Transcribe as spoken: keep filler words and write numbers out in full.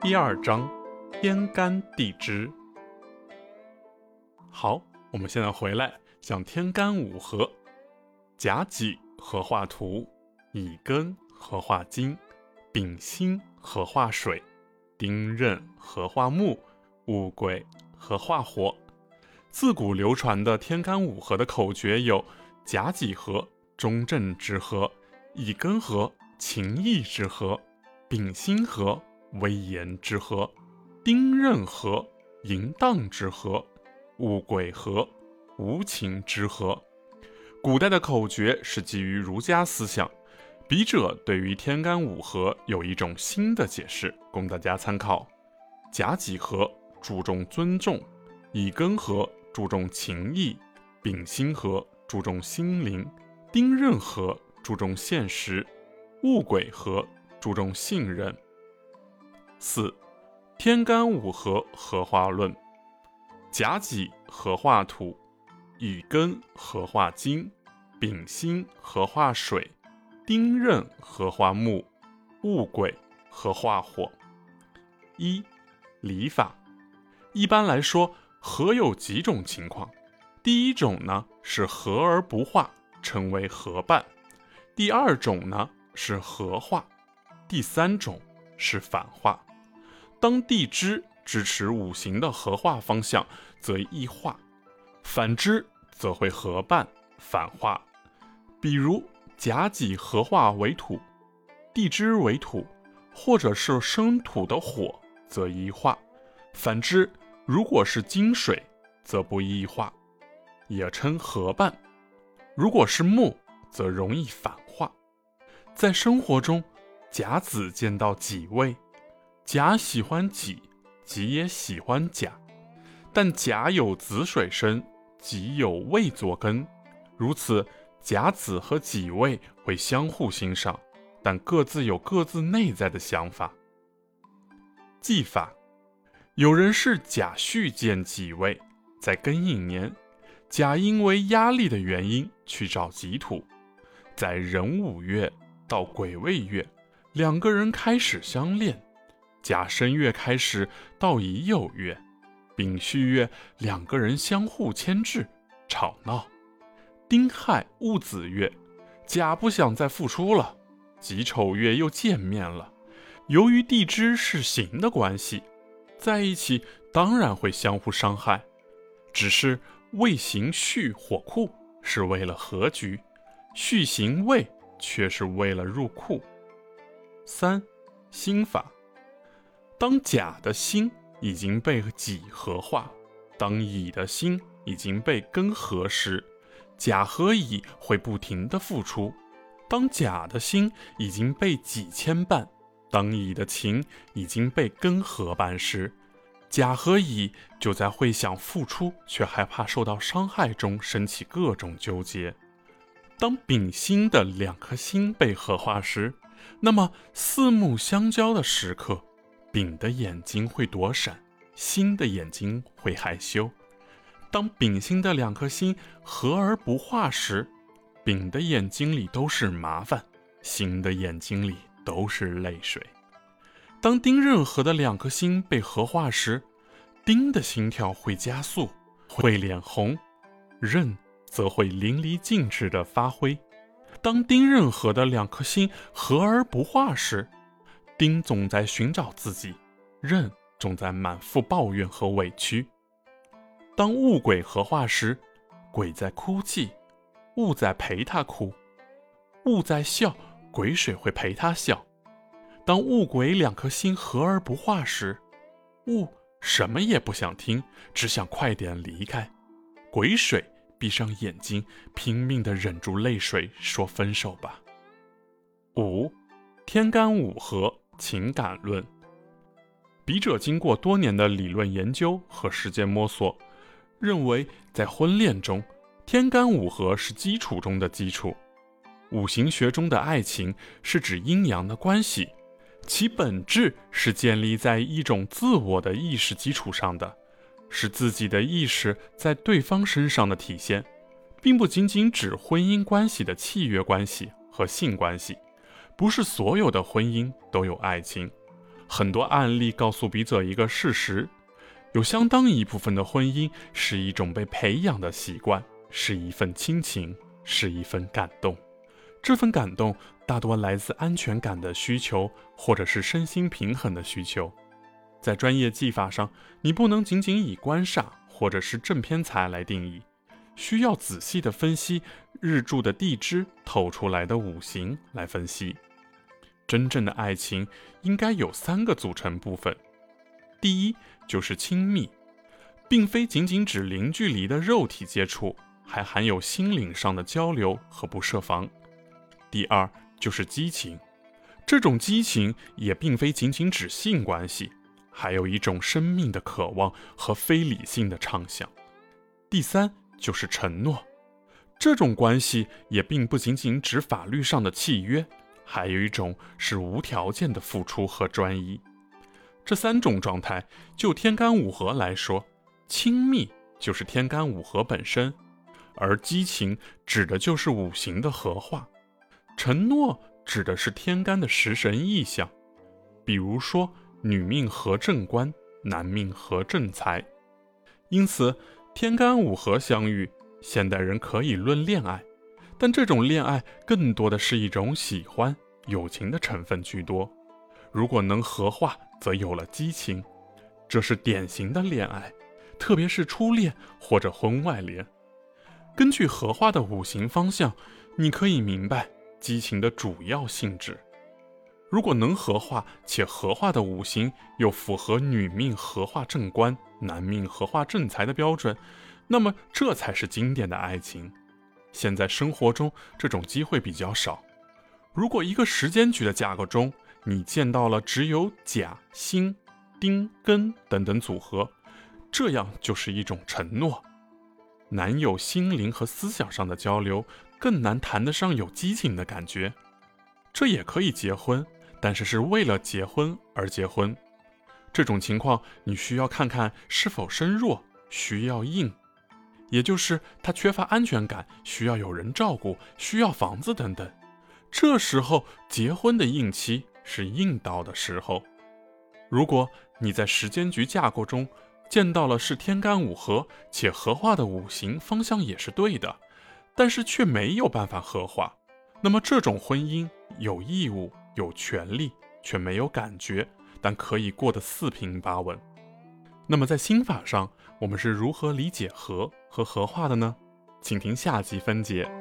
第二章，天干地支。好，我们现在回来讲天干五合。甲己合化土，乙庚合化金，丙辛合化水，丁壬合化木，戊癸合化火。自古流传的天干五合的口诀有甲己合，中正之和；乙庚合，情义之和；丙辛合，威严之和；丁壬合，淫荡之和；戊癸合，无情之和。古代的口诀是基于儒家思想，笔者对于天干五合有一种新的解释，供大家参考。甲己合注重尊重，乙庚合注重情义，丙辛合注重心灵，丁壬合注重现实，戊癸合注重信任。四、天干五合合化论。甲己合化土，乙庚合化金，丙辛合化水，丁壬合化木，戊癸合化火。一、理法。一般来说，合有几种情况。第一种呢是合而不化，称为合伴；第二种呢是合化；第三种是反化。当地支支持五行的合化方向，则易化；反之则会合伴反化。比如甲己合化为土，地支为土，或者是生土的火，则易化；反之，如果是金水，则不易化，也称合伴；如果是木，则容易反化。在生活中，甲子见到己未，甲喜欢己，己也喜欢甲，但甲有子水生，己有未作根，如此甲子和己未会相互欣赏，但各自有各自内在的想法。忌法。有人是甲戌见己未，在庚寅年，甲因为压力的原因去找己土，在壬午月到癸未月，两个人开始相恋，甲申月开始到乙酉月，丙戌月两个人相互牵制吵闹，丁亥戊子月，甲不想再付出了，己丑月又见面了。由于地支是刑的关系，在一起当然会相互伤害，只是未刑戌火库是为了和局，戌刑未却是为了入库。三、辛法。当甲的辛已经被己合化，当乙的辛已经被庚合时，甲和乙会不停地付出。当甲的辛已经被己牵绊，当乙的情已经被庚合伴时，甲和乙就在会想付出却害怕受到伤害中升起各种纠结。当丙辛的两颗星被合化时，那么四目相交的时刻，丙的眼睛会躲闪，辛的眼睛会害羞。当丙辛的两颗星合而不化时，丙的眼睛里都是麻烦，辛的眼睛里都是泪水。当丁壬合的两颗星被合化时，丁的心跳会加速，会脸红，壬则会淋漓尽致地发挥。当丁壬合的两颗星合而不化时，丁总在寻找自己，壬总在满腹抱怨和委屈。当戊癸合化时，癸在哭泣，戊在陪他哭；戊在笑，癸水会陪他笑。当戊癸两颗星合而不化时，戊什么也不想听，只想快点离开。癸水闭上眼睛，拼命地忍住泪水，说分手吧。五、天干五合情感论。笔者经过多年的理论研究和实践摸索，认为在婚恋中，天干五合是基础中的基础。五行学中的爱情是指阴阳的关系，其本质是建立在一种自我的意识基础上的，是自己的意识在对方身上的体现，并不仅仅指婚姻关系的契约关系和性关系。不是所有的婚姻都有爱情， 很多案例告诉笔者一个事实，有相当一部分的婚姻是一种被培养的习惯，是一份亲情，是一份感动。这份感动大多来自安全感的需求，或者是身心平衡的需求。在专业技法上，你不能仅仅以官煞或者是正偏财来定义，需要仔细的分析日柱的地支透出来的五行来分析。真正的爱情应该有三个组成部分。第一就是亲密，并非仅仅指零距离的肉体接触，还含有心灵上的交流和不设防。第二就是激情，这种激情也并非仅仅指性关系，还有一种生命的渴望和非理性的畅想。第三就是承诺，这种关系也并不仅仅指法律上的契约，还有一种是无条件的付出和专一。这三种状态，就天干五合来说，亲密就是天干五合本身，而激情指的就是五行的合化，承诺指的是天干的食神意象。比如说女命合正官，男命合正财。因此天干五合相遇，现代人可以论恋爱，但这种恋爱更多的是一种喜欢，友情的成分居多。如果能合化，则有了激情，这是典型的恋爱，特别是初恋或者婚外恋。根据合化的五行方向，你可以明白激情的主要性质。如果能合化，且合化的五行又符合女命合化正官，男命合化正财的标准，那么这才是经典的爱情。现在生活中这种机会比较少。如果一个时间局的架构中，你见到了只有甲、辛、丁、庚等等组合，这样就是一种承诺。难有心灵和思想上的交流，更难谈得上有激情的感觉。这也可以结婚，但是是为了结婚而结婚。这种情况你需要看看是否身弱，需要硬，也就是他缺乏安全感，需要有人照顾，需要房子等等。这时候结婚的硬期是硬到的时候。如果你在时间局架构中见到了是天干五合，且合化的五行方向也是对的，但是却没有办法合化，那么这种婚姻有义务有权利，却没有感觉，但可以过得四平八稳。那么在心法上，我们是如何理解合和合化的呢？请听下集分解。